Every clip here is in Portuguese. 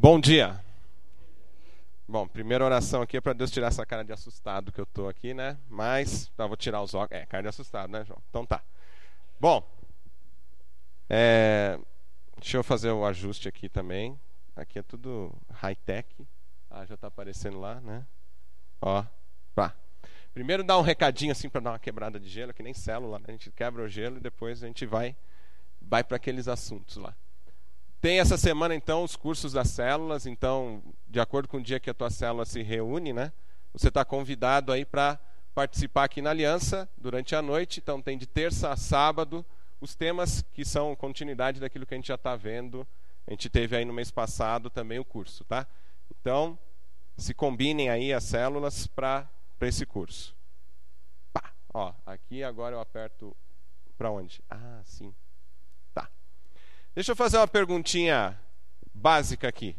Bom dia. Bom, primeira oração aqui é para Deus tirar essa cara de assustado que eu tô aqui, né? Mas, tá, vou tirar os óculos. Cara de assustado, né, João? Então tá. Bom, deixa eu fazer o ajuste aqui também. Aqui é tudo high-tech. Ah, já tá aparecendo lá, né? Ó, pá. Primeiro dá um recadinho assim para dar uma quebrada de gelo, que nem célula, né? A gente quebra o gelo e depois a gente vai para aqueles assuntos lá. Tem essa semana, então, os cursos das células. Então, de acordo com o dia que a tua célula se reúne, né? Você está convidado aí para participar aqui na Aliança durante a noite. Então, tem de terça a sábado os temas que são continuidade daquilo que a gente já está vendo. A gente teve aí no mês passado também o curso, tá? Então, se combinem aí as células para esse curso. Pá, ó, aqui agora eu aperto para onde? Ah, sim. Tá. Deixa eu fazer uma perguntinha básica aqui.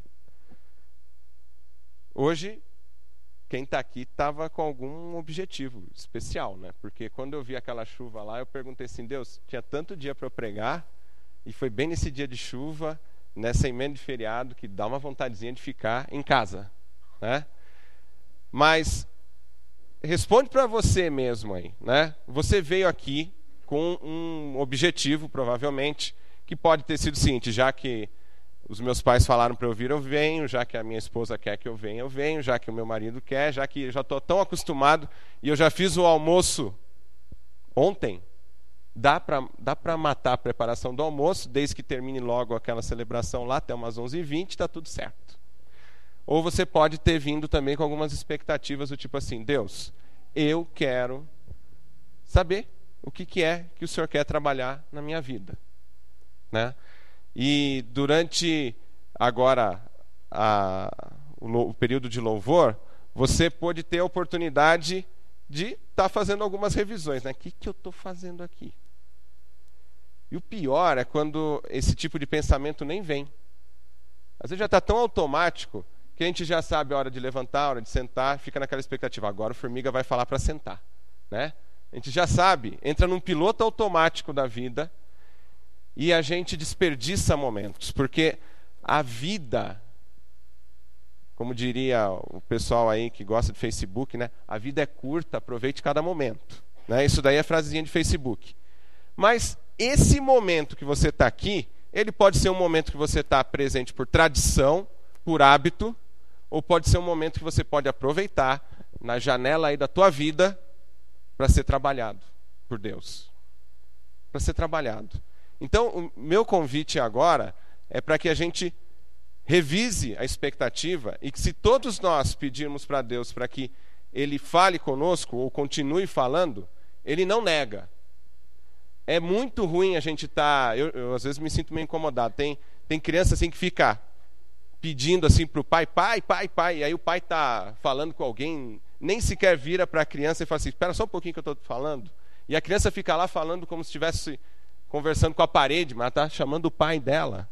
Hoje, quem está aqui estava com algum objetivo especial, né? Porque quando eu vi aquela chuva lá, eu perguntei assim, Deus, tinha tanto dia para eu pregar, e foi bem nesse dia de chuva, nessa emenda de feriado, que dá uma vontadezinha de ficar em casa, né? Mas responde para você mesmo aí, né? Você veio aqui com um objetivo, provavelmente, que pode ter sido o seguinte: já que os meus pais falaram para eu vir, eu venho; já que a minha esposa quer que eu venho; já que o meu marido quer; já que eu já estou tão acostumado e eu já fiz o almoço ontem, dá para matar a preparação do almoço, desde que termine logo aquela celebração lá, até umas 11h20, está tudo certo. Ou você pode ter vindo também com algumas expectativas do tipo assim: Deus, eu quero saber o que é que o Senhor quer trabalhar na minha vida, né? E durante agora o período de louvor, você pode ter a oportunidade de estar fazendo algumas revisões, né? O que eu estou fazendo aqui? E o pior é quando esse tipo de pensamento nem vem. Às vezes já está tão automático que a gente já sabe a hora de levantar, a hora de sentar, fica naquela expectativa: agora o formiga vai falar para sentar, né? A gente já sabe, entra num piloto automático da vida e a gente desperdiça momentos, porque a vida, como diria o pessoal aí que gosta de Facebook, né? A vida é curta, aproveite cada momento, né? Isso daí é frasezinha de Facebook. Mas esse momento que você está aqui, ele pode ser um momento que você está presente por tradição, por hábito, ou pode ser um momento que você pode aproveitar na janela aí da tua vida para ser trabalhado por Deus. Para ser trabalhado. Então, o meu convite agora é para que a gente revise a expectativa e que, se todos nós pedirmos para Deus para que Ele fale conosco ou continue falando, Ele não nega. É muito ruim a gente estar... Eu às vezes me sinto meio incomodado. Tem criança assim que fica pedindo assim para o pai, pai, e aí o pai está falando com alguém, nem sequer vira para a criança e fala assim: espera só um pouquinho que eu estou falando. E a criança fica lá falando como se estivesse conversando com a parede, mas está chamando o pai dela.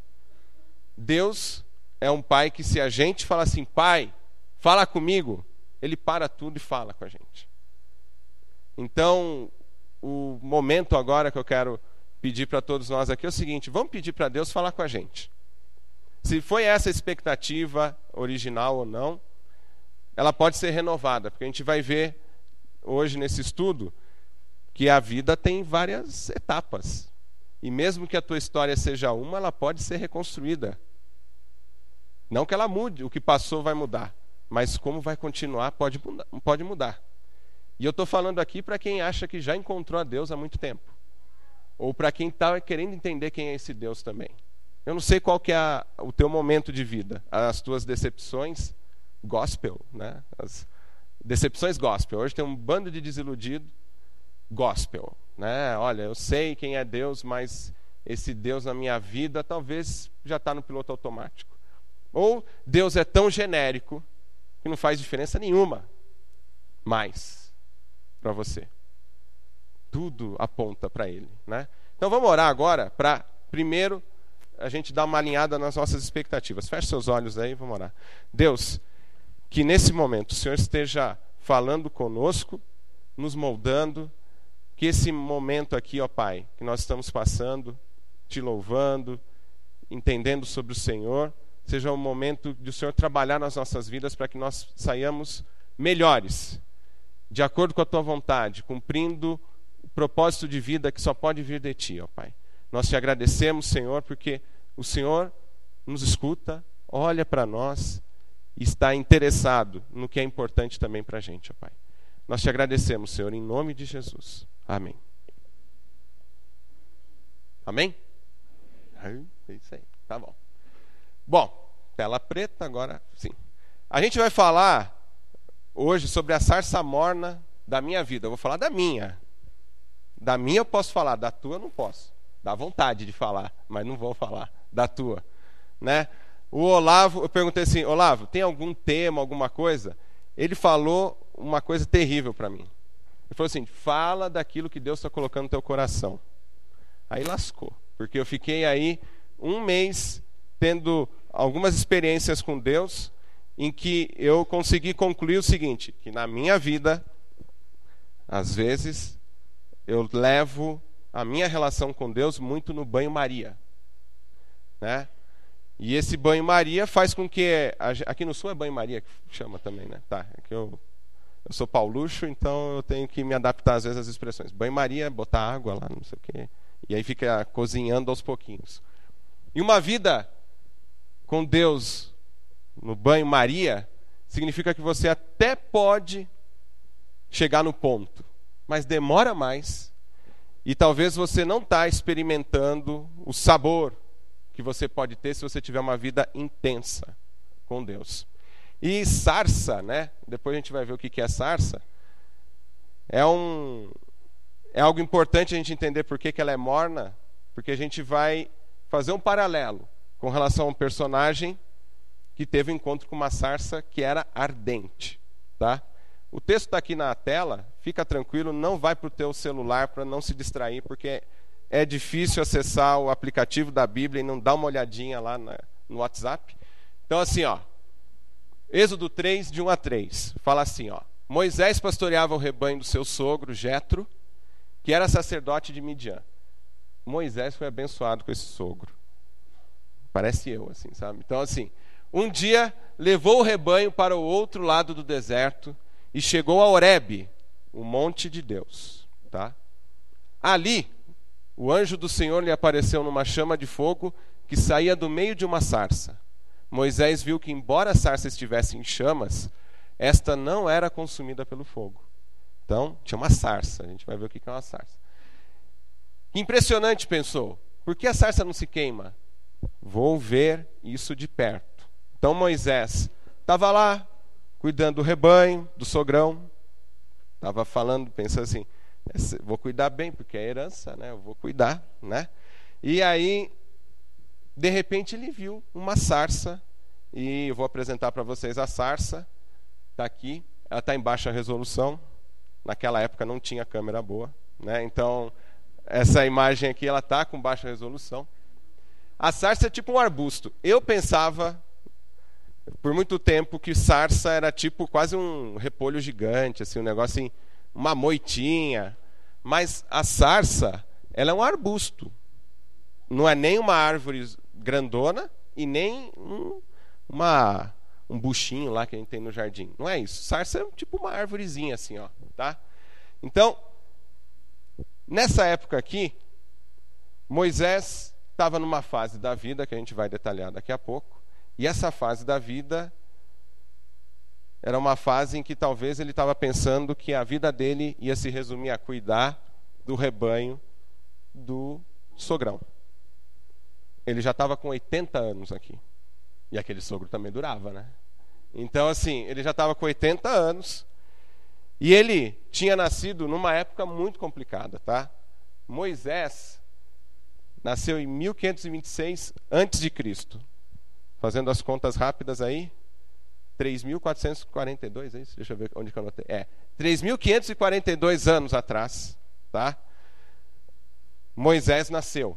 Deus é um pai que, se a gente fala assim: pai, fala comigo, Ele para tudo e fala com a gente. Então, o momento agora que eu quero pedir para todos nós aqui é o seguinte: vamos pedir para Deus falar com a gente. Se foi essa a expectativa original ou não, ela pode ser renovada, porque a gente vai ver hoje nesse estudo que a vida tem várias etapas. E mesmo que a tua história seja uma, ela pode ser reconstruída. Não que ela mude, o que passou vai mudar, mas como vai continuar pode mudar. E eu estou falando aqui para quem acha que já encontrou a Deus há muito tempo, ou para quem está querendo entender quem é esse Deus também. Eu não sei qual que é o teu momento de vida, as tuas decepções gospel, né? As decepções gospel. Hoje tem um bando de desiludido gospel, né? Olha, eu sei quem é Deus, mas esse Deus na minha vida talvez já está no piloto automático. Ou Deus é tão genérico que não faz diferença nenhuma mais para você. Tudo aponta para Ele, né? Então vamos orar agora para, primeiro, a gente dar uma alinhada nas nossas expectativas. Feche seus olhos aí, vamos orar. Deus, que nesse momento o Senhor esteja falando conosco, nos moldando, que esse momento aqui, ó Pai, que nós estamos passando, te louvando, entendendo sobre o Senhor, seja o momento de o Senhor trabalhar nas nossas vidas para que nós saiamos melhores, de acordo com a Tua vontade, cumprindo o propósito de vida que só pode vir de Ti, ó Pai. Nós Te agradecemos, Senhor, porque o Senhor nos escuta, olha para nós e está interessado no que é importante também para a gente, ó Pai. Nós Te agradecemos, Senhor, em nome de Jesus. Amém. Amém? É isso aí, tá bom. Bom, tela preta agora, sim. A gente vai falar hoje sobre a sarça morna da minha vida. Eu vou falar da minha. Da minha eu posso falar, da tua eu não posso. Dá vontade de falar, mas não vou falar da tua, né? O Olavo, eu perguntei assim, Olavo, tem algum tema, alguma coisa? Ele falou uma coisa terrível para mim. Ele falou assim, fala daquilo que Deus está colocando no teu coração. Aí lascou, porque eu fiquei aí um mês tendo algumas experiências com Deus, em que eu consegui concluir o seguinte, que na minha vida, às vezes, eu levo a minha relação com Deus muito no banho-maria, né? E esse banho-maria faz com que... Aqui no Sul é banho-maria que chama também, né? Tá, é que eu sou paulucho, então eu tenho que me adaptar às vezes às expressões. Banho-maria é botar água lá, não sei o quê. E aí fica cozinhando aos pouquinhos. E uma vida com Deus no banho-maria significa que você até pode chegar no ponto, mas demora mais. E talvez você não está experimentando o sabor que você pode ter se você tiver uma vida intensa com Deus. E sarça, né? Depois a gente vai ver o que é sarça. É algo importante a gente entender por que ela é morna, porque a gente vai fazer um paralelo com relação a um personagem que teve um encontro com uma sarça que era ardente, tá? O texto está aqui na tela, fica tranquilo, não vai para o teu celular para não se distrair, porque é difícil acessar o aplicativo da Bíblia e não dar uma olhadinha lá no WhatsApp. Então assim, ó, Êxodo 3, de 1 a 3, fala assim, ó, Moisés pastoreava o rebanho do seu sogro, Jetro, que era sacerdote de Midian. Moisés foi abençoado com esse sogro. Parece eu, assim, sabe? Então assim, um dia levou o rebanho para o outro lado do deserto e chegou a Horebe, o monte de Deus, tá? Ali, o anjo do Senhor lhe apareceu numa chama de fogo que saía do meio de uma sarça. Moisés viu que, embora a sarça estivesse em chamas, esta não era consumida pelo fogo. Então, tinha uma sarça. A gente vai ver o que é uma sarça. Que impressionante, pensou. Por que a sarça não se queima? Vou ver isso de perto. Então, Moisés estava lá, cuidando do rebanho, do sogrão. Estava falando, pensando assim, vou cuidar bem, porque é herança, né? Eu vou cuidar, né? E aí, de repente, ele viu uma sarça, e eu vou apresentar para vocês a sarça. Está aqui, ela está em baixa resolução. Naquela época não tinha câmera boa, né? Então, essa imagem aqui, ela está com baixa resolução. A sarça é tipo um arbusto. Eu pensava, por muito tempo, que sarça era tipo quase um repolho gigante, assim, um negócio assim, uma moitinha. Mas a sarça, ela é um arbusto. Não é nem uma árvore grandona e nem um buchinho lá que a gente tem no jardim. Não é isso. Sarça é tipo uma árvorezinha assim, ó, tá? Então, nessa época aqui, Moisés estava numa fase da vida que a gente vai detalhar daqui a pouco. E essa fase da vida era uma fase em que talvez ele estava pensando que a vida dele ia se resumir a cuidar do rebanho do sogrão. Ele já estava com 80 anos aqui. E aquele sogro também durava, né? Então, assim, ele já estava com 80 anos. E ele tinha nascido numa época muito complicada, tá? Moisés nasceu em 1526 a.C. Fazendo as contas rápidas aí, 3.442, é isso? Deixa eu ver onde que eu anotei. 3.542 anos atrás, tá? Moisés nasceu.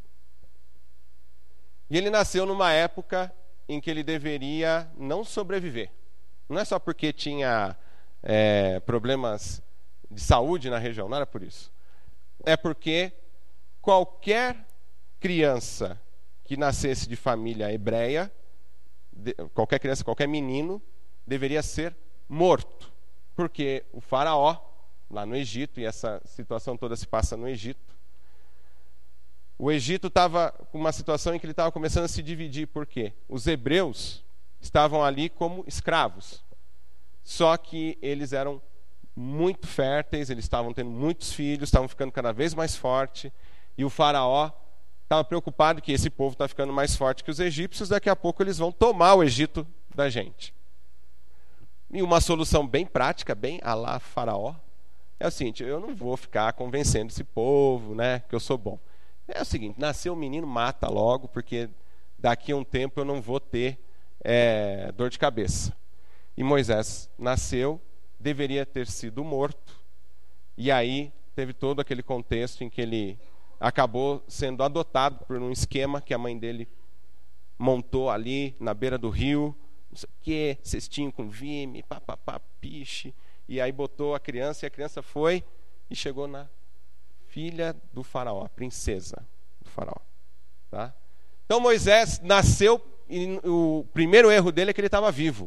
E ele nasceu numa época em que ele deveria não sobreviver. Não é só porque tinha problemas de saúde na região, não era por isso. É porque qualquer criança que nascesse de família hebreia qualquer criança, qualquer menino, deveria ser morto. Porque o faraó, lá no Egito, e essa situação toda se passa no Egito, o Egito estava com uma situação em que ele estava começando a se dividir. Por quê? Os hebreus estavam ali como escravos. Só que eles eram muito férteis, eles estavam tendo muitos filhos, estavam ficando cada vez mais fortes. E o faraó estava preocupado que esse povo está ficando mais forte que os egípcios, daqui a pouco eles vão tomar o Egito da gente. E uma solução bem prática, bem à la faraó, é o seguinte: eu não vou ficar convencendo esse povo, né, que eu sou bom. É o seguinte: nasceu o menino, mata logo, porque daqui a um tempo eu não vou ter dor de cabeça. E Moisés nasceu, deveria ter sido morto, e aí teve todo aquele contexto em que ele acabou sendo adotado por um esquema que a mãe dele montou ali na beira do rio, não sei o quê, cestinho com vime, papapá, piche, e aí botou a criança, e a criança foi e chegou na filha do faraó, a princesa do faraó. Tá? Então Moisés nasceu, e o primeiro erro dele é que ele estava vivo.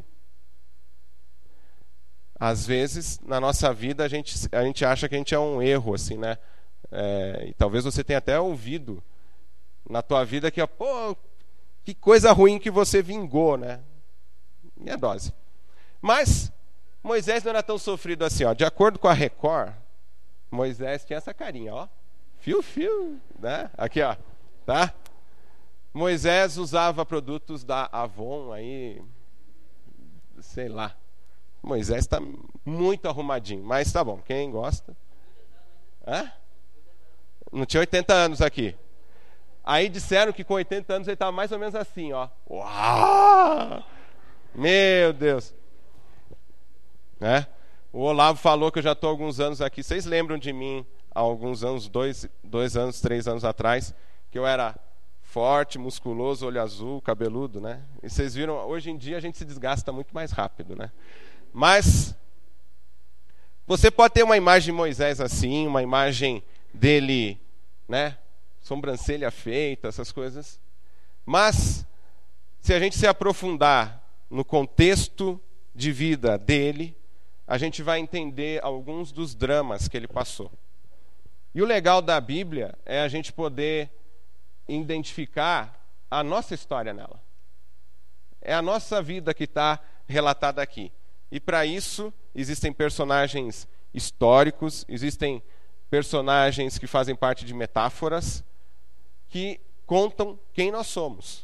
Às vezes, na nossa vida, a gente acha que a gente é um erro, assim, né? E talvez você tenha até ouvido na tua vida que, pô, que coisa ruim que você vingou, né? Minha dose. Mas Moisés não era tão sofrido assim, ó. De acordo com a Record, Moisés tinha essa carinha, ó. Fio, né? Aqui, ó. Tá? Moisés usava produtos da Avon aí, sei lá. Moisés está muito arrumadinho, mas tá bom, quem gosta? Hã? Não tinha 80 anos aqui. Aí disseram que com 80 anos ele estava mais ou menos assim, ó. Uau! Meu Deus! Né? O Olavo falou que eu já estou há alguns anos aqui. Vocês lembram de mim há alguns anos, 2 anos, 3 anos atrás, que eu era forte, musculoso, olho azul, cabeludo, né? E vocês viram, hoje em dia a gente se desgasta muito mais rápido, né? Mas você pode ter uma imagem de Moisés assim, uma imagem dele, né, sobrancelha feita, essas coisas. Mas se a gente se aprofundar no contexto de vida dele, a gente vai entender alguns dos dramas que ele passou. E o legal da Bíblia é a gente poder identificar a nossa história nela. É a nossa vida que está relatada aqui. E para isso, existem personagens históricos, existem personagens que fazem parte de metáforas, que contam quem nós somos.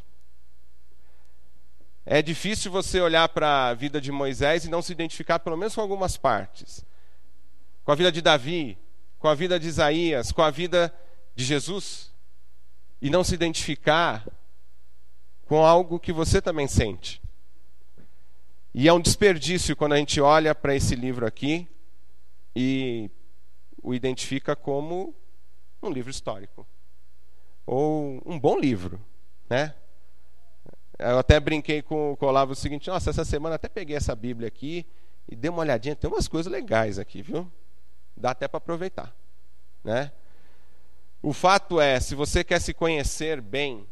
É difícil você olhar para a vida de Moisés e não se identificar pelo menos com algumas partes. Com a vida de Davi, com a vida de Isaías, com a vida de Jesus, e não se identificar com algo que você também sente. E é um desperdício quando a gente olha para esse livro aqui e o identifica como um livro histórico. Ou um bom livro, né? Eu até brinquei com o Olavo o seguinte: nossa, essa semana até peguei essa Bíblia aqui e dei uma olhadinha, tem umas coisas legais aqui, viu? Dá até para aproveitar, né? O fato é, se você quer se conhecer bem,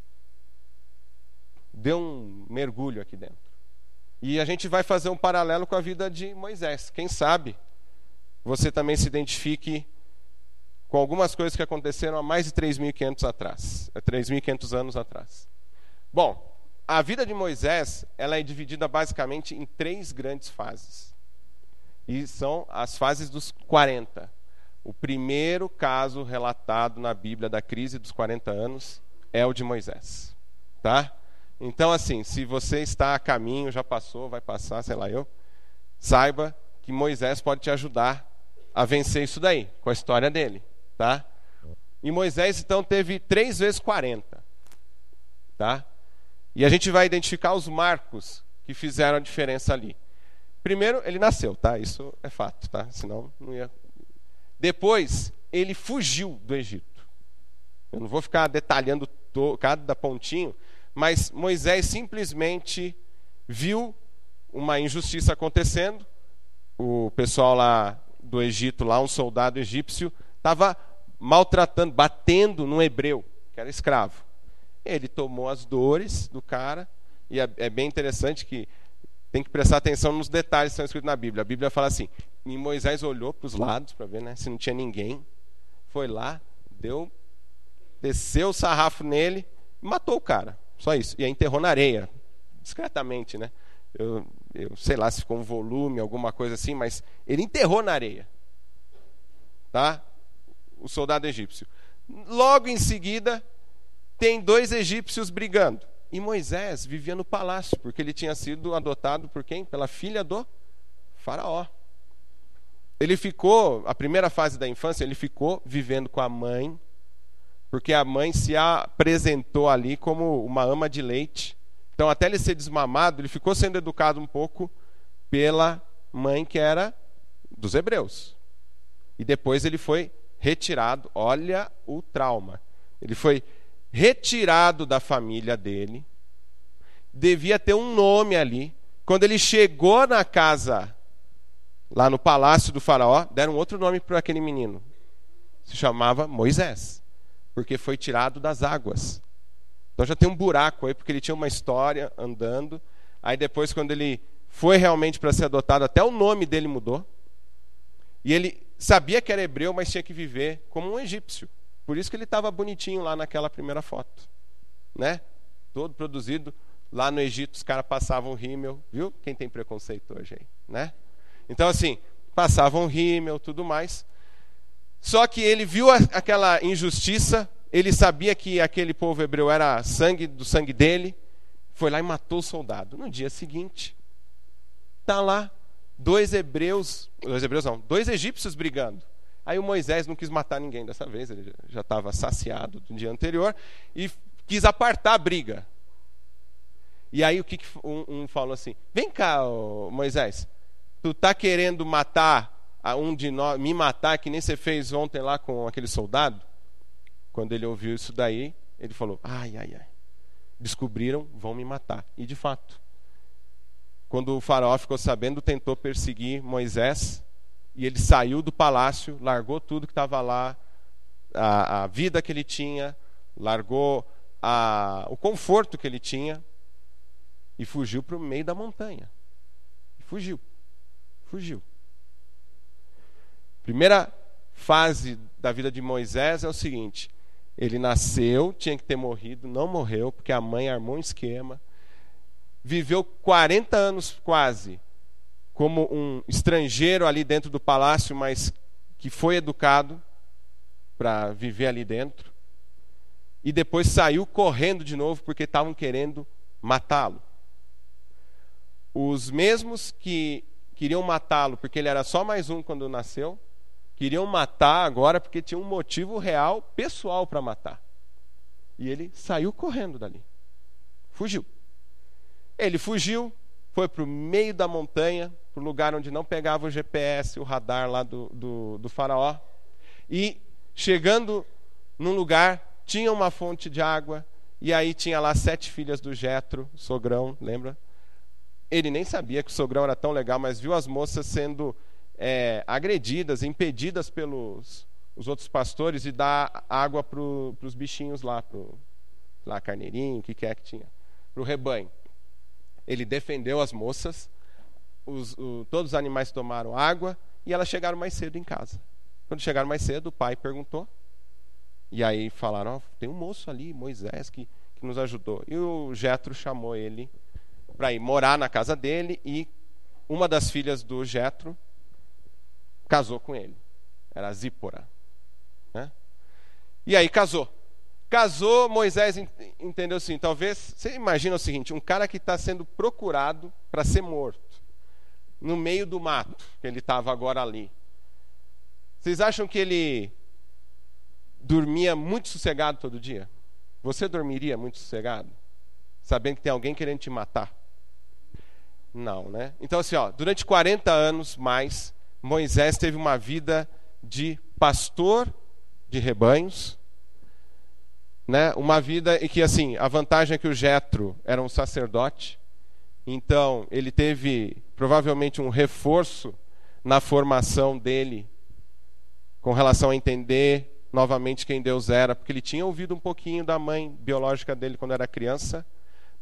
dê um mergulho aqui dentro. E a gente vai fazer um paralelo com a vida de Moisés. Quem sabe você também se identifique com algumas coisas que aconteceram há mais de 3.500 anos atrás. Bom, a vida de Moisés, ela é dividida basicamente em 3 grandes fases. E são as fases dos 40. O primeiro caso relatado na Bíblia da crise dos 40 anos é o de Moisés. Tá? Então, assim, se você está a caminho, já passou, vai passar, sei lá eu, saiba que Moisés pode te ajudar a vencer isso daí, com a história dele. Tá? E Moisés, então, teve 3 vezes 40. Tá? E a gente vai identificar os marcos que fizeram a diferença ali. Primeiro, ele nasceu, tá? Isso é fato, tá? Senão não ia. Depois, ele fugiu do Egito. Eu não vou ficar detalhando cada pontinho, mas Moisés simplesmente viu uma injustiça acontecendo. O pessoal lá do Egito, lá um soldado egípcio, estava maltratando, batendo num hebreu, que era escravo. Ele tomou as dores do cara, E é bem interessante que tem que prestar atenção nos detalhes que estão escritos na Bíblia. A Bíblia fala assim, e Moisés olhou para os lados para ver, né, se não tinha ninguém, foi lá, desceu o sarrafo nele e matou o cara. Só isso. E aí enterrou na areia, discretamente, né? Eu sei lá se ficou um volume, alguma coisa assim, mas ele enterrou na areia. Tá? O soldado egípcio. Logo em seguida, tem 2 egípcios brigando. E Moisés vivia no palácio, porque ele tinha sido adotado por quem? Pela filha do faraó. Ele ficou, a primeira fase da infância, ele ficou vivendo com a mãe, porque a mãe se apresentou ali como uma ama de leite. Então, até ele ser desmamado, ele ficou sendo educado um pouco pela mãe que era dos hebreus. E depois ele foi retirado, olha o trauma. Ele foi retirado da família dele, devia ter um nome ali. Quando ele chegou na casa, lá no palácio do faraó, deram outro nome para aquele menino. Se chamava Moisés, porque foi tirado das águas. Então já tem um buraco aí, porque ele tinha uma história andando. Aí depois, quando ele foi realmente para ser adotado, até o nome dele mudou. E ele sabia que era hebreu, mas tinha que viver como um egípcio. Por isso que ele estava bonitinho lá naquela primeira foto, né? Todo produzido lá no Egito, os caras passavam rímel, viu? Quem tem preconceito hoje aí, né? Então assim, passavam rímel, tudo mais. Só que ele viu aquela injustiça, ele sabia que aquele povo hebreu era do sangue dele, foi lá e matou o soldado. No dia seguinte, tá lá 2 egípcios brigando. Aí o Moisés não quis matar ninguém dessa vez, ele já estava saciado do dia anterior, e quis apartar a briga. E aí o que um falou assim, vem cá, Moisés, tu tá querendo matar um de nós, me matar, que nem você fez ontem lá com aquele soldado? Quando ele ouviu isso daí, ele falou, ai, descobriram, vão me matar. E de fato, quando o faraó ficou sabendo, tentou perseguir Moisés, e ele saiu do palácio, largou tudo que estava lá, a vida que ele tinha, largou o conforto que ele tinha, e fugiu para o meio da montanha. Fugiu. Primeira fase da vida de Moisés é o seguinte, ele nasceu, tinha que ter morrido, não morreu, porque a mãe armou um esquema, viveu 40 anos quase, como um estrangeiro ali dentro do palácio, mas que foi educado para viver ali dentro. E depois saiu correndo de novo porque estavam querendo matá-lo. Os mesmos que queriam matá-lo porque ele era só mais um quando nasceu, queriam matar agora porque tinha um motivo real, pessoal para matar. E ele saiu correndo dali. Fugiu. Ele fugiu, foi para o meio da montanha, para o lugar onde não pegava o GPS, o radar lá do faraó. E chegando num lugar, tinha uma fonte de água, e aí tinha lá 7 filhas do Jetro, sogrão, lembra? Ele nem sabia que o sogrão era tão legal, mas viu as moças sendo agredidas, impedidas pelos os outros pastores de dar água para os bichinhos lá, carneirinho, o que é que tinha, para o rebanho. Ele defendeu as moças, todos os animais tomaram água e elas chegaram mais cedo em casa. Quando chegaram mais cedo, o pai perguntou, e aí falaram, tem um moço ali, Moisés, que nos ajudou. E o Jetro chamou ele para ir morar na casa dele, e uma das filhas do Jetro casou com ele. Era Zípora. Né? E aí casou. Moisés entendeu assim, talvez, você imagina o seguinte, um cara que está sendo procurado para ser morto, no meio do mato, que ele estava agora ali. Vocês acham que ele dormia muito sossegado todo dia? Você dormiria muito sossegado? Sabendo que tem alguém querendo te matar? Não, né? Então assim, durante 40 anos mais, Moisés teve uma vida de pastor de rebanhos, né? Uma vida em que, assim, a vantagem é que o Jetro era um sacerdote, então ele teve provavelmente um reforço na formação dele com relação a entender novamente quem Deus era, porque ele tinha ouvido um pouquinho da mãe biológica dele quando era criança,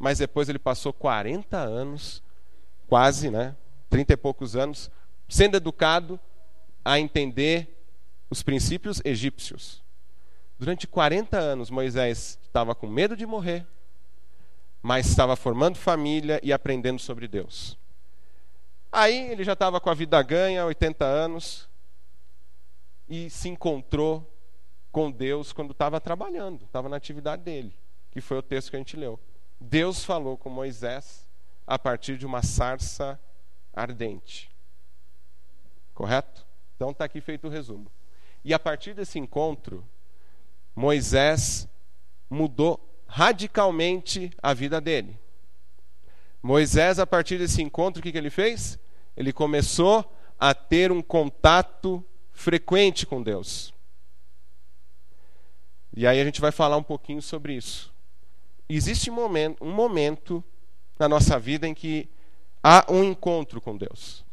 mas depois ele passou 40 anos, quase, 30 e poucos anos, sendo educado a entender os princípios egípcios. Durante 40 anos, Moisés estava com medo de morrer, mas estava formando família e aprendendo sobre Deus. Aí ele já estava com a vida ganha, 80 anos, e se encontrou com Deus quando estava trabalhando, estava na atividade dele, que foi o texto que a gente leu. Deus falou com Moisés a partir de uma sarça ardente. Correto? Então está aqui feito o resumo. E a partir desse encontro, Moisés mudou radicalmente a vida dele. Moisés, a partir desse encontro, o que ele fez? Ele começou a ter um contato frequente com Deus. E aí a gente vai falar um pouquinho sobre isso. Existe um momento na nossa vida em que há um encontro com Deus.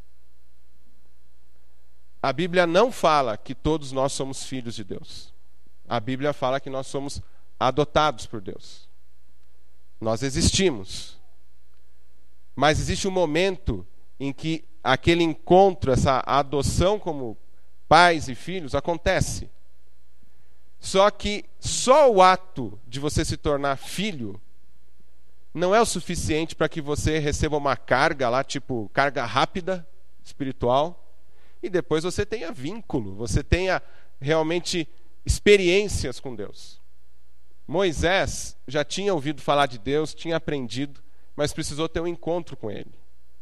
A Bíblia não fala que todos nós somos filhos de Deus. A Bíblia fala que nós somos adotados por Deus. Nós existimos. Mas existe um momento em que aquele encontro, essa adoção como pais e filhos, acontece. Só que só o ato de você se tornar filho não é o suficiente para que você receba uma carga lá, tipo carga rápida, espiritual, e depois você tenha vínculo, você tenha realmente experiências com Deus. Moisés já tinha ouvido falar de Deus, tinha aprendido, mas precisou ter um encontro com Ele.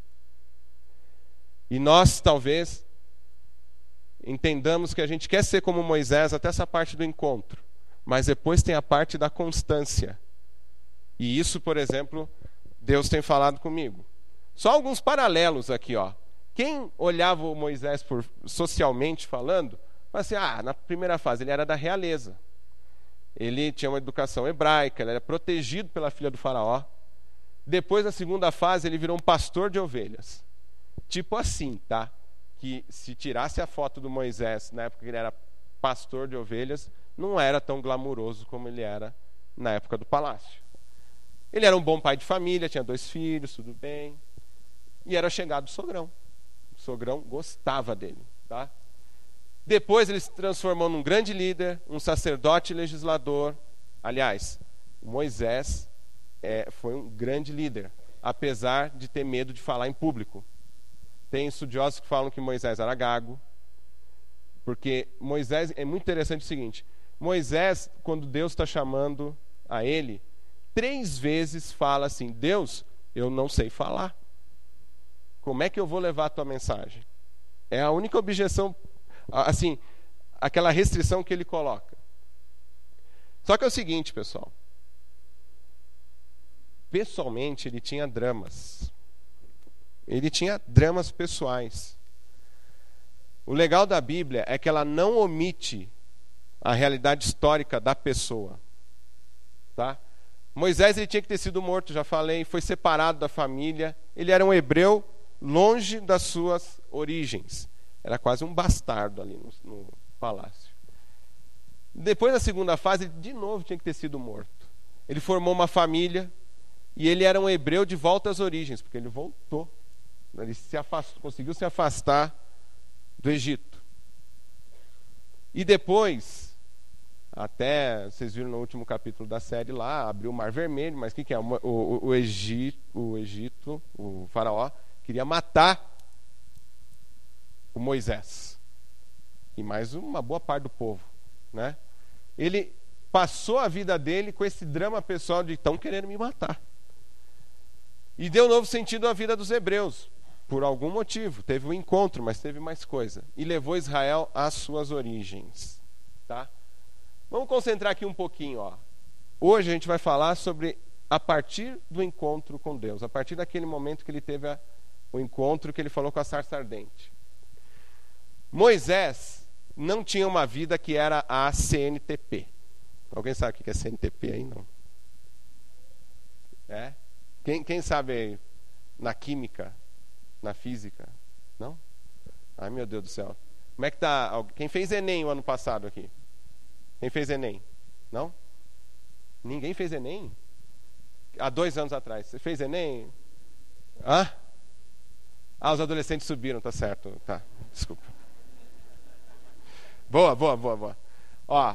E nós, talvez, entendamos que a gente quer ser como Moisés até essa parte do encontro, mas depois tem a parte da constância. E isso, por exemplo, Deus tem falado comigo. Só alguns paralelos aqui, ó. Quem olhava o Moisés socialmente falando, fala assim, na primeira fase ele era da realeza. Ele tinha uma educação hebraica, ele era protegido pela filha do faraó. Depois, na segunda fase, ele virou um pastor de ovelhas. Tipo assim, tá? Que se tirasse a foto do Moisés na época que ele era pastor de ovelhas, não era tão glamuroso como ele era na época do palácio. Ele era um bom pai de família, tinha 2 filhos, tudo bem. E era chegado do sogrão. O sogrão gostava dele, tá? Depois ele se transformou num grande líder, um sacerdote legislador. Aliás, Moisés foi um grande líder, apesar de ter medo de falar em público. Tem estudiosos que falam que Moisés era gago, porque Moisés, é muito interessante o seguinte, Moisés, quando Deus está chamando a ele, 3 vezes fala assim, Deus, eu não sei falar. Como é que eu vou levar a tua mensagem? É a única objeção, assim, aquela restrição que ele coloca. Só que é o seguinte, pessoal. Pessoalmente, ele tinha dramas. Ele tinha dramas pessoais. O legal da Bíblia é que ela não omite a realidade histórica da pessoa. Tá? Moisés ele tinha que ter sido morto, já falei, foi separado da família. Ele era um hebreu longe das suas origens. Era quase um bastardo ali no palácio. Depois da segunda fase, ele de novo tinha que ter sido morto. Ele formou uma família e ele era um hebreu de volta às origens, porque ele voltou. Ele conseguiu se afastar do Egito. E depois, até, vocês viram no último capítulo da série lá, abriu o Mar Vermelho, mas o que é? O Egito, o faraó, queria matar o Moisés. E mais uma boa parte do povo. Né? Ele passou a vida dele com esse drama pessoal de estão querendo me matar. E deu novo sentido à vida dos hebreus. Por algum motivo. Teve um encontro, mas teve mais coisa. E levou Israel às suas origens. Tá? Vamos concentrar aqui um pouquinho. Ó. Hoje a gente vai falar sobre a partir do encontro com Deus. A partir daquele momento que ele teve o encontro que ele falou com a sarça ardente. Moisés não tinha uma vida que era a CNTP. Alguém sabe o que é CNTP aí? Não. É? Quem sabe aí, na química, na física? Não? Ai, meu Deus do céu. Como é que tá? Quem fez Enem o ano passado aqui? Quem fez Enem? Não? Ninguém fez Enem? há 2 anos atrás. Você fez Enem? Hã? Ah, os adolescentes subiram, tá certo. Tá, desculpa. Boa. Ó,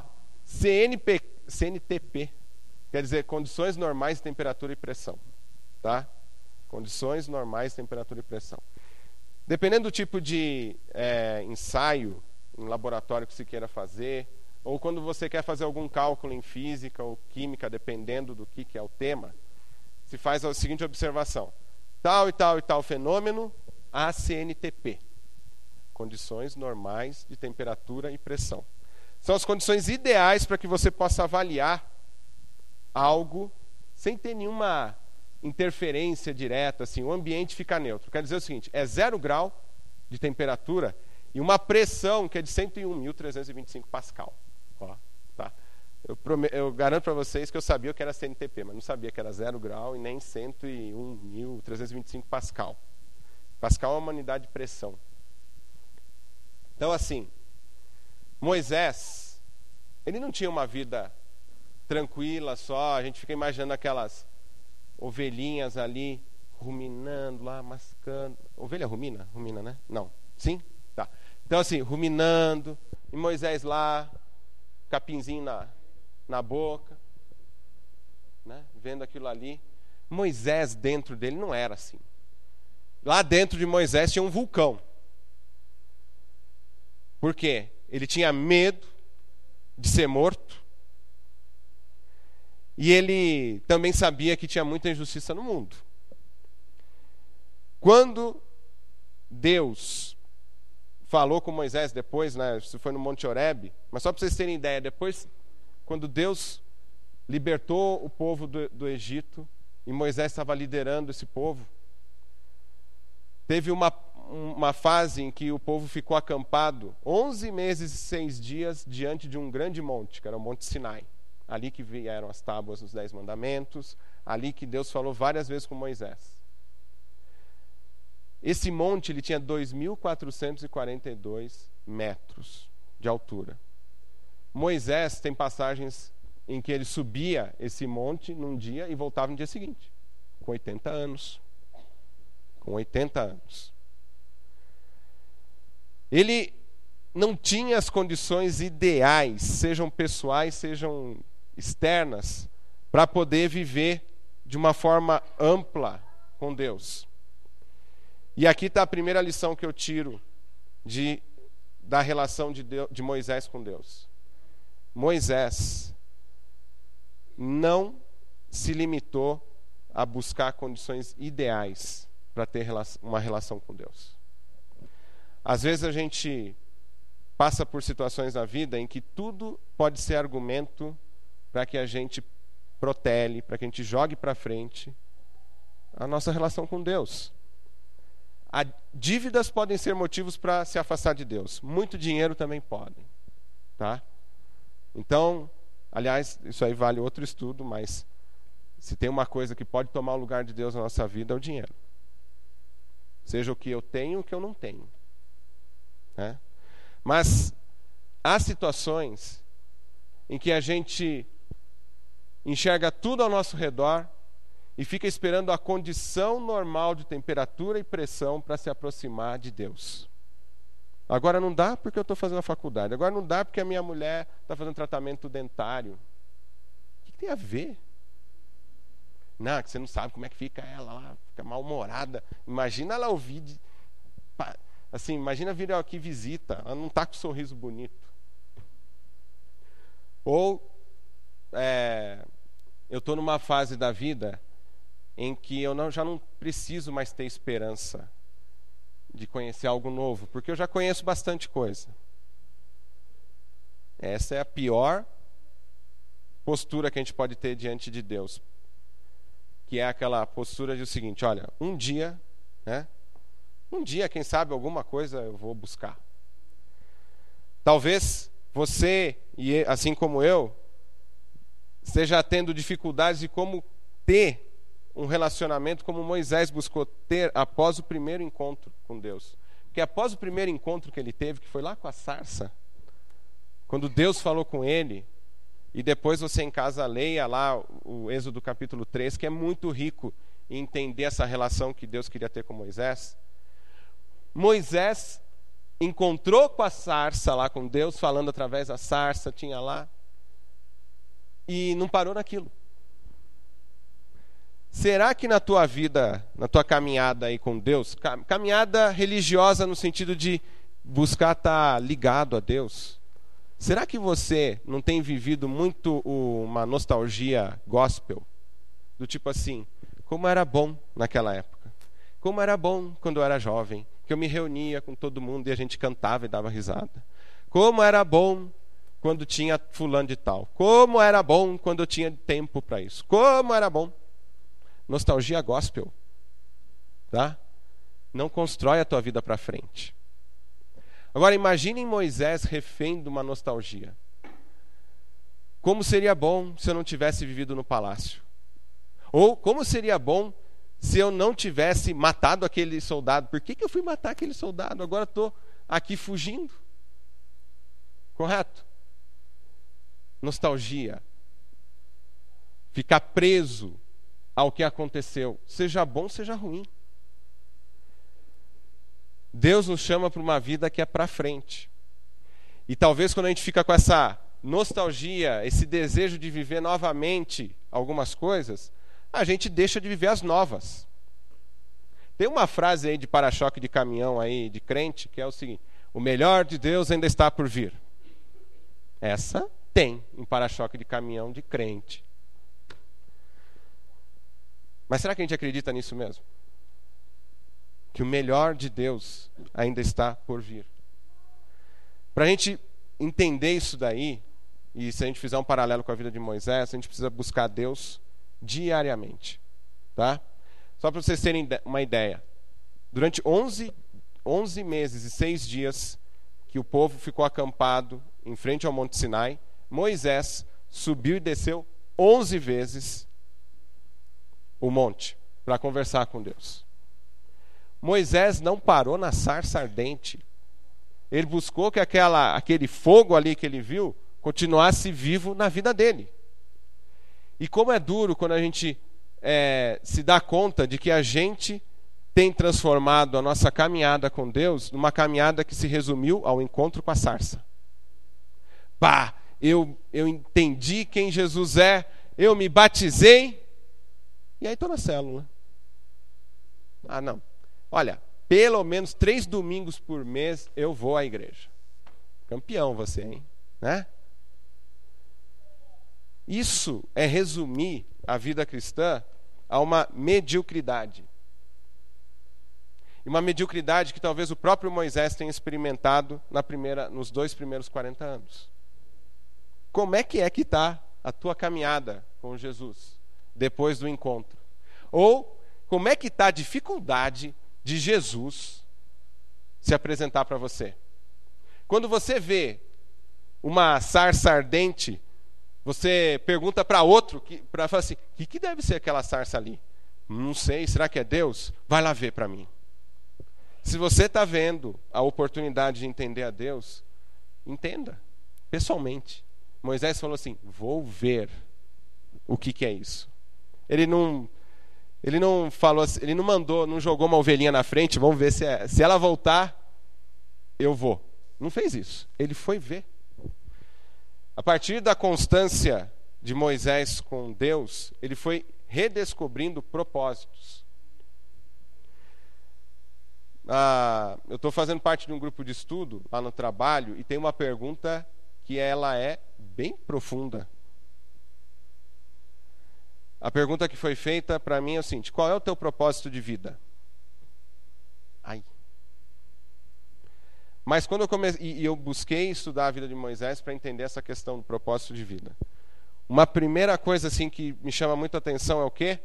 CNTP, quer dizer condições normais de temperatura e pressão. Tá? Condições normais de temperatura e pressão. Dependendo do tipo de ensaio em laboratório que se queira fazer, ou quando você quer fazer algum cálculo em física ou química, dependendo do que é o tema, se faz a seguinte observação. Tal e tal e tal fenômeno, ACNTP. Condições normais de temperatura e pressão. São as condições ideais para que você possa avaliar algo sem ter nenhuma interferência direta, assim, o ambiente fica neutro. Quer dizer o seguinte, é 0 grau de temperatura e uma pressão que é de 101.325 Pascal. Ó, tá? Eu garanto para vocês que eu sabia o que era CNTP, mas não sabia que era 0 grau e nem 101.325 Pascal. Pascal é uma unidade de pressão. Então, assim, Moisés, ele não tinha uma vida tranquila só, a gente fica imaginando aquelas ovelhinhas ali, ruminando lá, mascando. Ovelha rumina? Rumina, né? Não. Sim? Tá. Então, assim, ruminando, e Moisés lá, capinzinho na boca, né? Vendo aquilo ali. Moisés dentro dele não era assim. Lá dentro de Moisés tinha um vulcão. Por quê? Ele tinha medo de ser morto. E ele também sabia que tinha muita injustiça no mundo. Quando Deus falou com Moisés depois, né, isso foi no Monte Horebe, mas só para vocês terem ideia, depois, quando Deus libertou o povo do Egito, e Moisés estava liderando esse povo, teve uma fase em que o povo ficou acampado 11 meses e 6 dias diante de um grande monte, que era o Monte Sinai. Ali que vieram as tábuas dos 10 mandamentos, ali que Deus falou várias vezes com Moisés. Esse monte ele tinha 2.442 metros de altura. Moisés tem passagens em que ele subia esse monte num dia e voltava no dia seguinte, com 80 anos. Com 80 anos. Ele não tinha as condições ideais, sejam pessoais, sejam externas, para poder viver de uma forma ampla com Deus. E aqui está a primeira lição que eu tiro da relação de Moisés com Deus. Moisés não se limitou a buscar condições ideais para ter uma relação com Deus. Às vezes a gente passa por situações na vida em que tudo pode ser argumento para que a gente protele, para que a gente jogue para frente a nossa relação com Deus. Dívidas podem ser motivos para se afastar de Deus. Muito dinheiro também podem. Tá? Então, aliás, isso aí vale outro estudo, mas se tem uma coisa que pode tomar o lugar de Deus na nossa vida é o dinheiro. Seja o que eu tenho ou o que eu não tenho. Né? Mas há situações em que a gente enxerga tudo ao nosso redor e fica esperando a condição normal de temperatura e pressão para se aproximar de Deus. Agora não dá porque eu estou fazendo a faculdade. Agora não dá porque a minha mulher está fazendo tratamento dentário. O que tem a ver? Não, que você não sabe como é que fica ela lá, fica mal-humorada. Imagina ela ouvir... Assim, imagina vir aqui visita, ela não está com um sorriso bonito. Ou eu estou numa fase da vida em que eu já não preciso mais ter esperança de conhecer algo novo, porque eu já conheço bastante coisa. Essa é a pior postura que a gente pode ter diante de Deus, que é aquela postura de o seguinte, olha, um dia, quem sabe alguma coisa eu vou buscar. Talvez você, assim como eu, esteja tendo dificuldades de como ter um relacionamento como Moisés buscou ter após o primeiro encontro com Deus. Porque após o primeiro encontro que ele teve, que foi lá com a sarça, quando Deus falou com ele, E depois você em casa leia lá o Êxodo capítulo 3, que é muito rico em entender essa relação que Deus queria ter com Moisés. Moisés encontrou com a sarça lá, com Deus falando através da sarça, tinha lá, e não parou naquilo. Será que na tua vida, na tua caminhada aí com Deus, caminhada religiosa no sentido de buscar estar ligado a Deus, será que você não tem vivido muito uma nostalgia gospel? Do tipo assim, como era bom naquela época. Como era bom quando eu era jovem, que eu me reunia com todo mundo e a gente cantava e dava risada. Como era bom quando tinha fulano de tal. Como era bom quando eu tinha tempo para isso. Como era bom. Nostalgia gospel, tá? Não constrói a tua vida para frente. Agora imaginem Moisés refém de uma nostalgia. Como seria bom se eu não tivesse vivido no palácio? Ou como seria bom se eu não tivesse matado aquele soldado? Por que eu fui matar aquele soldado? Agora estou aqui fugindo. Correto? Nostalgia. Ficar preso ao que aconteceu, seja bom, seja ruim. Deus nos chama para uma vida que é para frente. E talvez quando a gente fica com essa nostalgia, esse desejo de viver novamente algumas coisas, a gente deixa de viver as novas. Tem uma frase aí de para-choque de caminhão aí, de crente, que é o seguinte: o melhor de Deus ainda está por vir. Essa tem em para-choque de caminhão de crente. Mas será que a gente acredita nisso mesmo? Que o melhor de Deus ainda está por vir. Para a gente entender isso daí, e se a gente fizer um paralelo com a vida de Moisés, a gente precisa buscar Deus diariamente. Tá? Só para vocês terem uma ideia. Durante 11 meses e 6 dias que o povo ficou acampado em frente ao Monte Sinai, Moisés subiu e desceu 11 vezes o monte para conversar com Deus. Moisés não parou na sarça ardente. Ele buscou que aquele fogo ali que ele viu continuasse vivo na vida dele. E como é duro quando a gente se dá conta de que a gente tem transformado a nossa caminhada com Deus numa caminhada que se resumiu ao encontro com a sarça. Pá, eu entendi quem Jesus é, eu me batizei, e aí estou na célula. Ah, não. Olha, pelo menos 3 domingos por mês eu vou à igreja. Campeão você, hein? Né? Isso é resumir a vida cristã a uma mediocridade. E uma mediocridade que talvez o próprio Moisés tenha experimentado nos 2 primeiros 40 anos. Como é que está a tua caminhada com Jesus depois do encontro? Ou como é que está a dificuldade de Jesus se apresentar para você? Quando você vê uma sarça ardente, você pergunta para outro, para falar assim, o que deve ser aquela sarça ali? Não sei, será que é Deus? Vai lá ver para mim. Se você está vendo a oportunidade de entender a Deus, entenda, pessoalmente. Moisés falou assim, vou ver o que é isso. Ele não falou assim, ele não jogou uma ovelhinha na frente, vamos ver se ela voltar, eu vou. Não fez isso. Ele foi ver. A partir da constância de Moisés com Deus, ele foi redescobrindo propósitos. Eu estou fazendo parte de um grupo de estudo lá no trabalho e tem uma pergunta que ela é bem profunda. A pergunta que foi feita para mim é o seguinte: qual é o teu propósito de vida? Mas quando eu comecei, eu busquei estudar a vida de Moisés para entender essa questão do propósito de vida. Uma primeira coisa assim que me chama muito a atenção é o quê?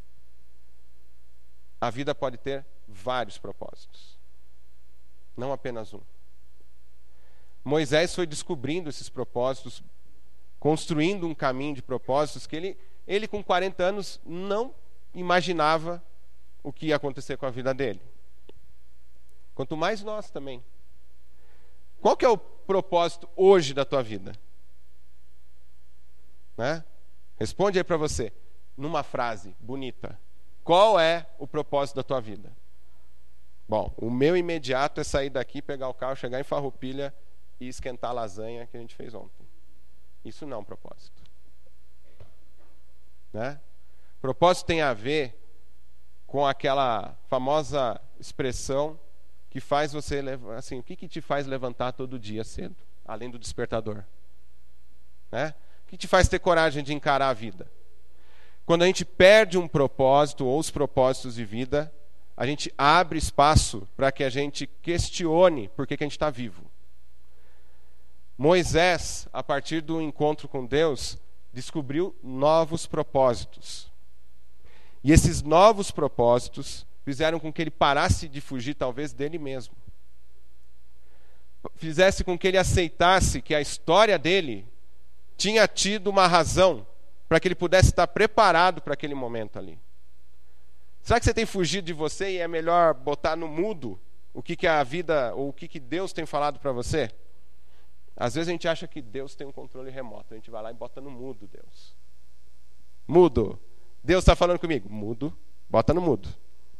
A vida pode ter vários propósitos, não apenas um. Moisés foi descobrindo esses propósitos, construindo um caminho de propósitos que ele com 40 anos não imaginava o que ia acontecer com a vida dele. Quanto mais nós também. Qual que é o propósito hoje da tua vida? né? Responde aí para você, numa frase bonita. Qual é o propósito da tua vida? Bom, o meu imediato é sair daqui, pegar o carro, chegar em Farroupilha e esquentar a lasanha que a gente fez ontem. Isso não é um propósito. Né? Propósito tem a ver com aquela famosa expressão que faz você, assim, o que te faz levantar todo dia cedo, além do despertador? Né? O que te faz ter coragem de encarar a vida? Quando a gente perde um propósito ou os propósitos de vida, a gente abre espaço para que a gente questione por que a gente está vivo. Moisés, a partir do encontro com Deus, descobriu novos propósitos. E esses novos propósitos fizeram com que ele parasse de fugir, talvez, dele mesmo. Fizesse com que ele aceitasse que a história dele tinha tido uma razão para que ele pudesse estar preparado para aquele momento ali. Será que você tem fugido de você e é melhor botar no mudo o que a vida, ou o que Deus tem falado para você? Às vezes a gente acha que Deus tem um controle remoto. A gente vai lá e bota no mudo Deus. Mudo. Deus está falando comigo. Mudo. Bota no mudo.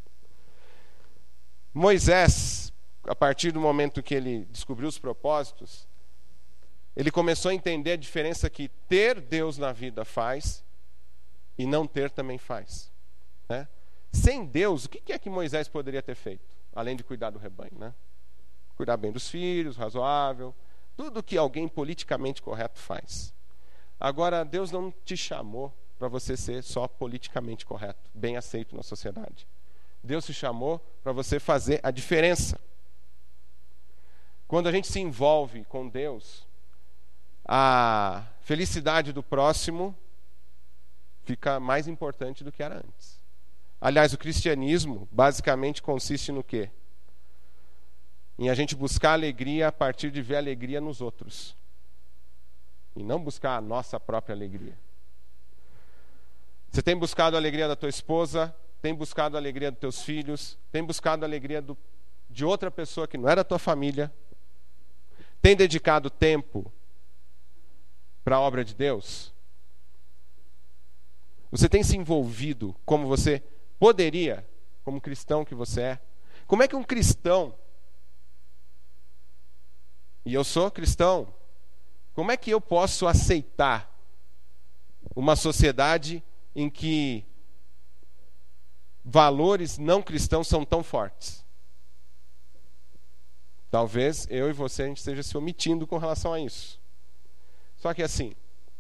Moisés, a partir do momento que ele descobriu os propósitos, ele começou a entender a diferença que ter Deus na vida faz e não ter também faz. Né? Sem Deus, o que é que Moisés poderia ter feito? Além de cuidar do rebanho. Né? Cuidar bem dos filhos, razoável. Tudo que alguém politicamente correto faz. Agora, Deus não te chamou para você ser só politicamente correto, bem aceito na sociedade. Deus te chamou para você fazer a diferença. Quando a gente se envolve com Deus, a felicidade do próximo fica mais importante do que era antes. Aliás, o cristianismo basicamente consiste no quê? Em a gente buscar alegria a partir de ver alegria nos outros. E não buscar a nossa própria alegria. Você tem buscado a alegria da tua esposa, tem buscado a alegria dos teus filhos, tem buscado a alegria de outra pessoa que não é da tua família, tem dedicado tempo para a obra de Deus? Você tem se envolvido como você poderia, como cristão que você é? Como é que um cristão, e eu sou cristão, como é que eu posso aceitar uma sociedade em que valores não cristãos são tão fortes? Talvez eu e você a gente esteja se omitindo com relação a isso. Só que assim,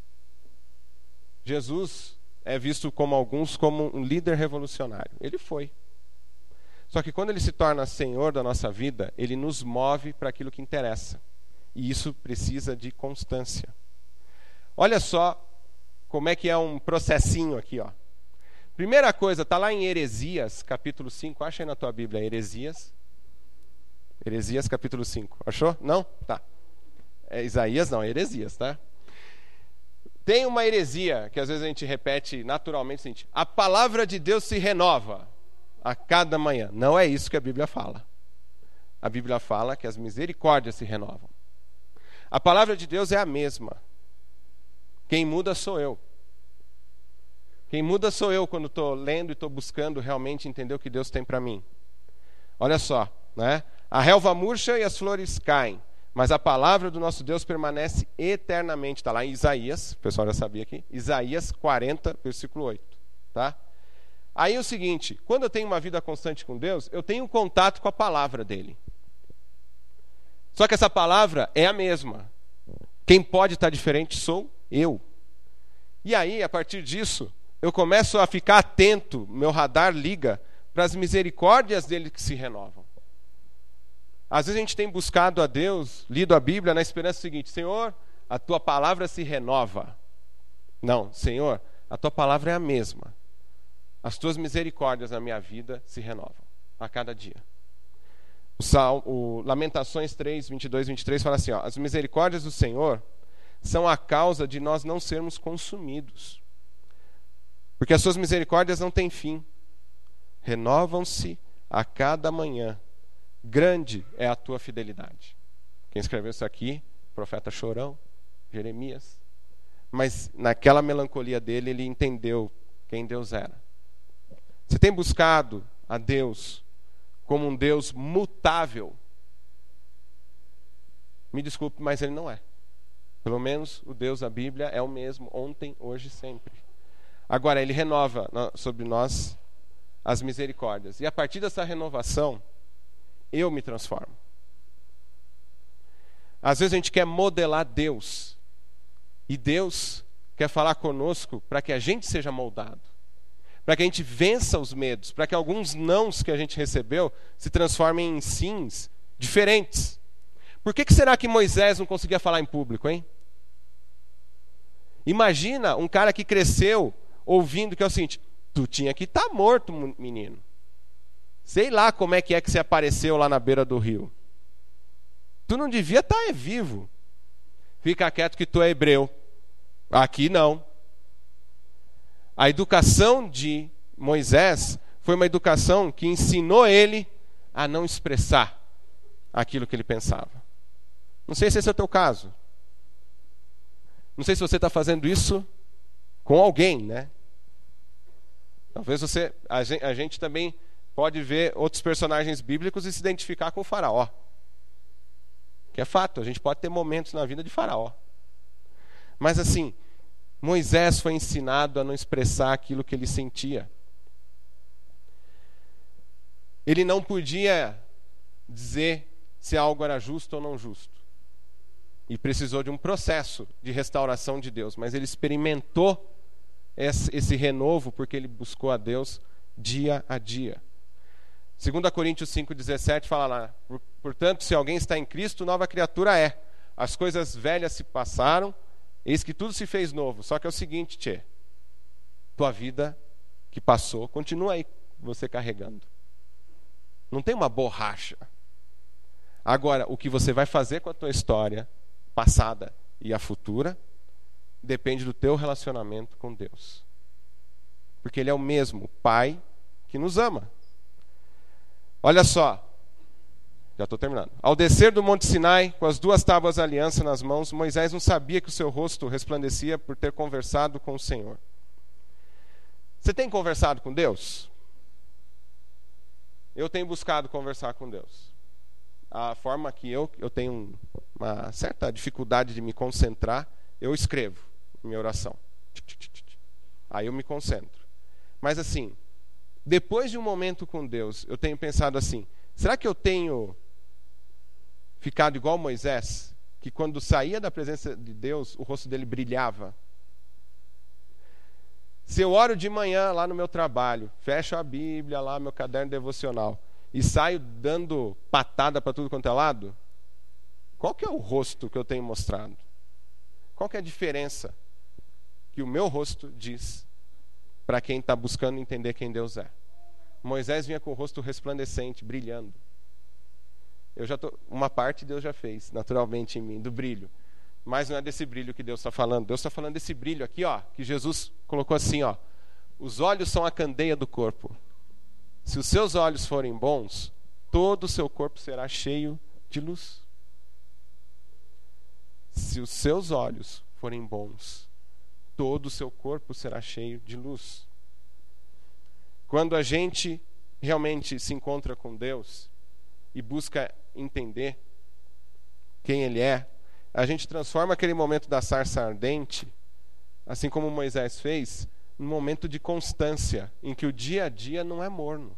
Jesus é visto como alguns como um líder revolucionário. Ele foi. Só que quando ele se torna Senhor da nossa vida, ele nos move para aquilo que interessa. E isso precisa de constância. Olha só como é que é um processinho aqui, ó. Primeira coisa, está lá em Heresias, capítulo 5. Acha aí na tua Bíblia, Heresias. Heresias, capítulo 5. Achou? Não? Tá. É Isaías, não, é Heresias, tá? Tem uma heresia que às vezes a gente repete naturalmente o seguinte: a palavra de Deus se renova a cada manhã. Não é isso que a Bíblia fala. A Bíblia fala que as misericórdias se renovam. A palavra de Deus é a mesma. Quem muda sou eu. Quem muda sou eu quando estou lendo e estou buscando realmente entender o que Deus tem para mim. Olha só, né? A relva murcha e as flores caem, mas a palavra do nosso Deus permanece eternamente. Está lá em Isaías, o pessoal já sabia aqui, Isaías 40, versículo 8. Tá? Aí é o seguinte, quando eu tenho uma vida constante com Deus, eu tenho contato com a palavra dele. Só que essa palavra é a mesma. Quem pode estar diferente sou eu. E aí, a partir disso, eu começo a ficar atento, meu radar liga para as misericórdias dele que se renovam. Às vezes a gente tem buscado a Deus, lido a Bíblia na esperança seguinte: Senhor, a tua palavra se renova. Não, Senhor, a tua palavra é a mesma. As tuas misericórdias na minha vida se renovam a cada dia. O Lamentações 3, 22, 23 fala assim, ó: as misericórdias do Senhor são a causa de nós não sermos consumidos. Porque as suas misericórdias não têm fim. Renovam-se a cada manhã. Grande é a tua fidelidade. Quem escreveu isso aqui? Profeta Chorão, Jeremias. mas naquela melancolia dele, ele entendeu quem Deus era. Você tem buscado a Deus como um Deus mutável? Me desculpe, mas ele não é. Pelo menos o Deus da Bíblia é o mesmo ontem, hoje e sempre. Agora, ele renova sobre nós as misericórdias. E a partir dessa renovação, eu me transformo. Às vezes a gente quer modelar Deus. E Deus quer falar conosco para que a gente seja moldado. Para que a gente vença os medos. Para que alguns nãos que a gente recebeu se transformem em sims diferentes. Por que será que Moisés não conseguia falar em público, hein? Imagina um cara que cresceu ouvindo que é o seguinte: tu tinha que estar morto, menino. Sei lá como é que você apareceu lá na beira do rio. Tu não devia estar vivo. Fica quieto que tu é hebreu. Aqui não. A educação de Moisés foi uma educação que ensinou ele a não expressar aquilo que ele pensava. Não sei se esse é o teu caso. Não sei se você está fazendo isso com alguém, né? Talvez a gente também pode ver outros personagens bíblicos e se identificar com o faraó. Que é fato, a gente pode ter momentos na vida de faraó. Mas assim, Moisés foi ensinado a não expressar aquilo que ele sentia. Ele não podia dizer se algo era justo ou não justo. E precisou de um processo de restauração de Deus. Mas ele experimentou esse renovo porque ele buscou a Deus dia a dia. 2 Coríntios 5,17 fala lá: portanto, se alguém está em Cristo, nova criatura é. As coisas velhas se passaram, eis que tudo se fez novo. Só que é o seguinte, tchê, tua vida que passou, continua aí você carregando. Não tem uma borracha. Agora, o que você vai fazer com a tua história passada e a futura depende do teu relacionamento com Deus. Porque Ele é o mesmo Pai que nos ama. Olha só, já estou terminando. Ao descer do Monte Sinai, com as 2 tábuas da aliança nas mãos, Moisés não sabia que o seu rosto resplandecia por ter conversado com o Senhor. Você tem conversado com Deus? Eu tenho buscado conversar com Deus. A forma que eu tenho uma certa dificuldade de me concentrar, eu escrevo minha oração. Aí eu me concentro. Mas assim, depois de um momento com Deus, eu tenho pensado assim: será que eu tenho ficado igual Moisés, que quando saía da presença de Deus, o rosto dele brilhava? Se eu oro de manhã lá no meu trabalho, fecho a Bíblia lá, meu caderno devocional, e saio dando patada para tudo quanto é lado, qual que é o rosto que eu tenho mostrado? Qual que é a diferença que o meu rosto diz para quem está buscando entender quem Deus é? Moisés vinha com o rosto resplandecente, brilhando. Uma parte Deus já fez, naturalmente em mim, do brilho. Mas não é desse brilho que Deus está falando. Deus está falando desse brilho aqui, ó, que Jesus colocou assim, ó: os olhos são a candeia do corpo. Se os seus olhos forem bons, todo o seu corpo será cheio de luz. Se os seus olhos forem bons, todo o seu corpo será cheio de luz. Quando a gente realmente se encontra com Deus e busca entender quem Ele é, a gente transforma aquele momento da sarça ardente, assim como Moisés fez, num momento de constância, em que o dia a dia não é morno.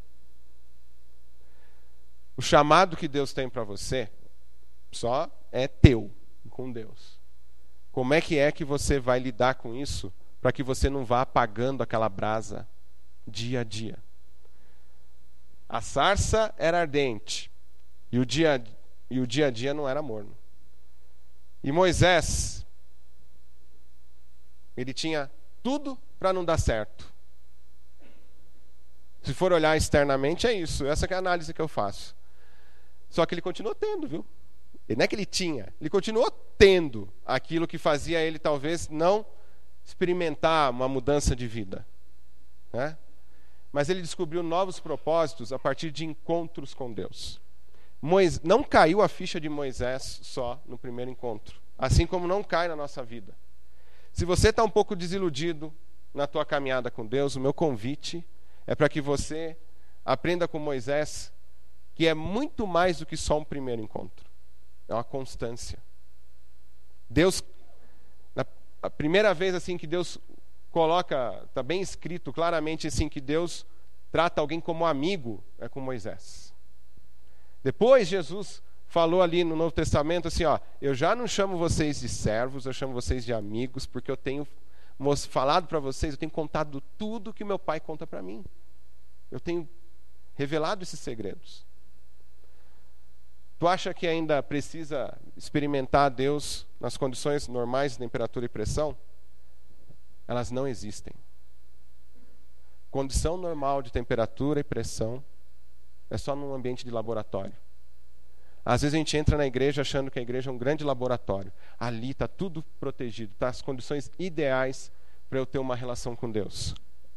O chamado que Deus tem para você só é teu, com Deus. Como é que você vai lidar com isso para que você não vá apagando aquela brasa dia a dia? A sarça era ardente e o dia a dia não era morno. E Moisés, ele tinha tudo para não dar certo. Se for olhar externamente, é isso. Essa que é a análise que eu faço. Só que ele continuou tendo, viu? E não é que ele tinha, ele continuou tendo aquilo que fazia ele talvez não experimentar uma mudança de vida, né? Mas ele descobriu novos propósitos a partir de encontros com Deus. Não caiu a ficha de Moisés só no primeiro encontro, assim como não cai na nossa vida. Se você está um pouco desiludido na tua caminhada com Deus, o meu convite é para que você aprenda com Moisés, que é muito mais do que só um primeiro encontro. É uma constância. Deus, a primeira vez assim que Deus coloca, está bem escrito claramente assim, que Deus trata alguém como amigo, é com Moisés. Depois Jesus falou ali no Novo Testamento assim, ó, eu já não chamo vocês de servos, eu chamo vocês de amigos, porque eu tenho falado para vocês, eu tenho contado tudo que meu pai conta para mim. Eu tenho revelado esses segredos. Tu acha que ainda precisa experimentar Deus nas condições normais de temperatura e pressão? Elas não existem. Condição normal de temperatura e pressão é só num ambiente de laboratório. Às vezes a gente entra na igreja achando que a igreja é um grande laboratório. Ali está tudo protegido, está as condições ideais para eu ter uma relação com Deus.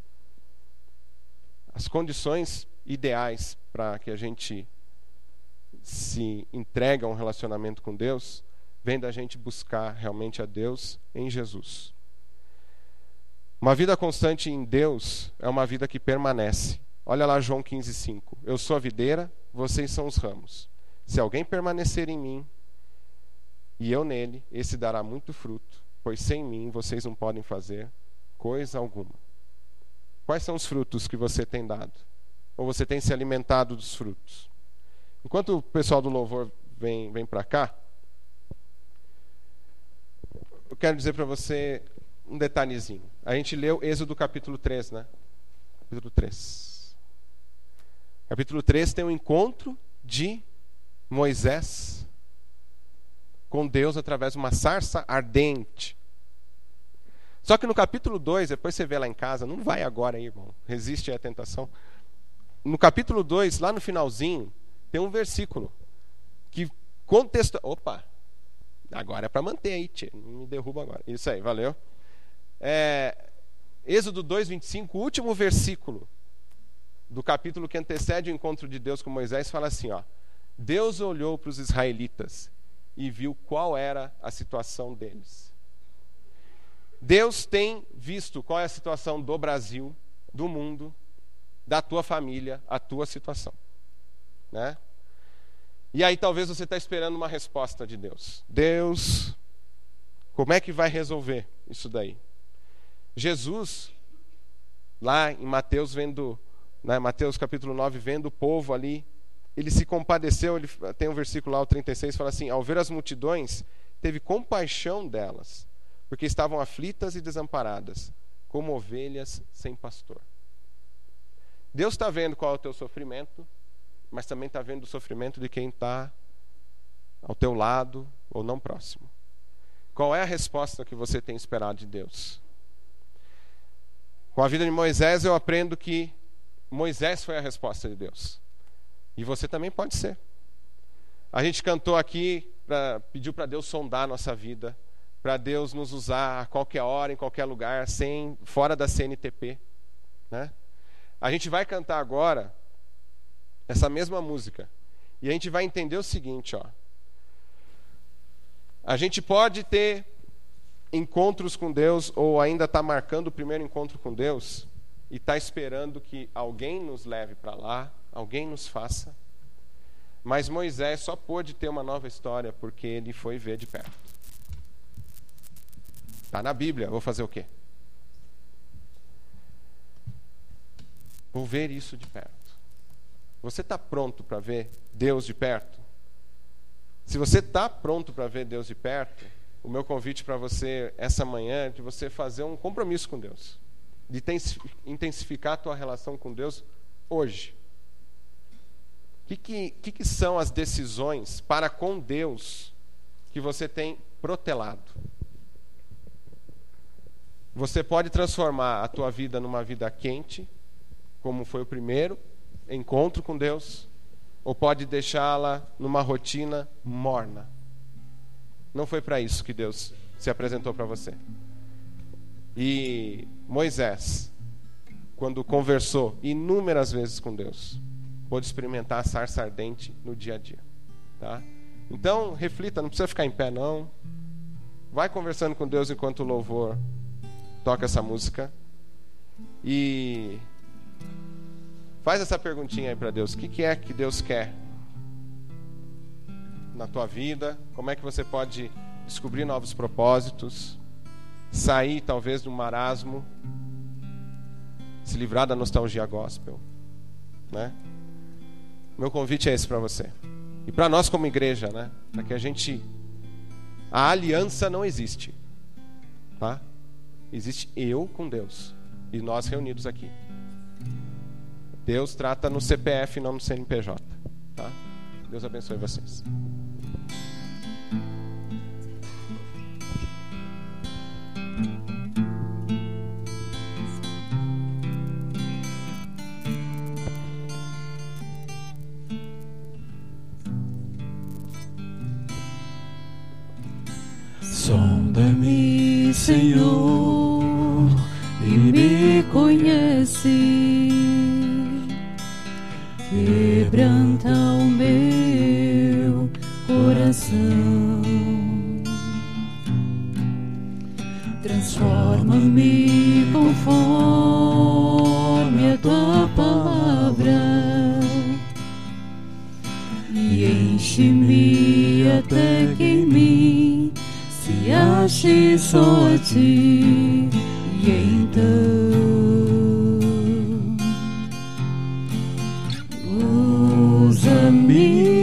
As condições ideais para que a gente se entregue a um relacionamento com Deus vem da gente buscar realmente a Deus em Jesus. Uma vida constante em Deus é uma vida que permanece. Olha lá João 15,5. Eu sou a videira, vocês são os ramos. Se alguém permanecer em mim e eu nele, esse dará muito fruto, pois sem mim vocês não podem fazer coisa alguma. Quais são os frutos que você tem dado? Ou você tem se alimentado dos frutos? Enquanto o pessoal do louvor vem para cá, eu quero dizer para você um detalhezinho. A gente leu Êxodo capítulo 3, né? Capítulo 3. Capítulo 3 tem um encontro de Moisés com Deus através de uma sarça ardente. Só que no capítulo 2, depois você vê lá em casa, não vai agora aí, irmão, resiste à tentação. No capítulo 2, lá no finalzinho, tem um versículo que contextua... Opa, agora é para manter aí, tchê, não me derruba agora. Isso aí, valeu. Êxodo 2:25, o último versículo do capítulo que antecede o encontro de Deus com Moisés, fala assim, ó: Deus olhou para os israelitas e viu qual era a situação deles. Deus tem visto qual é a situação do Brasil, do mundo, da tua família, a tua situação, né? E aí talvez você está esperando uma resposta de Deus. Deus, como é que vai resolver isso daí? Jesus, lá em Mateus, Mateus capítulo 9, vendo o povo ali, ele se compadeceu, tem um versículo lá, o 36, fala assim: ao ver as multidões, teve compaixão delas, porque estavam aflitas e desamparadas, como ovelhas sem pastor. Deus está vendo qual é o teu sofrimento, mas também está vendo o sofrimento de quem está ao teu lado ou não próximo. Qual é a resposta que você tem esperado de Deus? Com a vida de Moisés eu aprendo que Moisés foi a resposta de Deus. E você também pode ser. A gente cantou aqui, pediu para Deus sondar a nossa vida, para Deus nos usar a qualquer hora, em qualquer lugar, fora da CNTP, né? A gente vai cantar agora essa mesma música. E a gente vai entender o seguinte, ó. A gente pode ter encontros com Deus, ou ainda está marcando o primeiro encontro com Deus, e está esperando que alguém nos leve para lá, alguém nos faça. Mas Moisés só pôde ter uma nova história porque ele foi ver de perto. Está na Bíblia, vou fazer o quê? Vou ver isso de perto. Você está pronto para ver Deus de perto? Se você está pronto para ver Deus de perto, o meu convite para você essa manhã é de você fazer um compromisso com Deus, de intensificar a tua relação com Deus hoje. O que são as decisões para com Deus que você tem protelado? Você pode transformar a tua vida numa vida quente, como foi o primeiro encontro com Deus, ou pode deixá-la numa rotina morna. Não foi para isso que Deus se apresentou para você. E Moisés, quando conversou inúmeras vezes com Deus, pôde experimentar a sarça ardente no dia a dia, tá? Então, reflita, não precisa ficar em pé não. vai conversando com Deus enquanto o louvor toca essa música. E faz essa perguntinha aí para Deus. O que é que Deus quer na tua vida? Como é que você pode descobrir novos propósitos? Sair talvez do marasmo, se livrar da nostalgia gospel, né? Meu convite é esse para você. E para nós como igreja, né? Para que a aliança não existe, tá? Existe eu com Deus e nós reunidos aqui. Deus trata no CPF e não no CNPJ, tá? Deus abençoe vocês. Sonda-me, Senhor, e me conhece. Quebranta o meu coração. Transforma-me conforme a tua palavra e enche-me até que em mim se ache só a ti. E então usa-me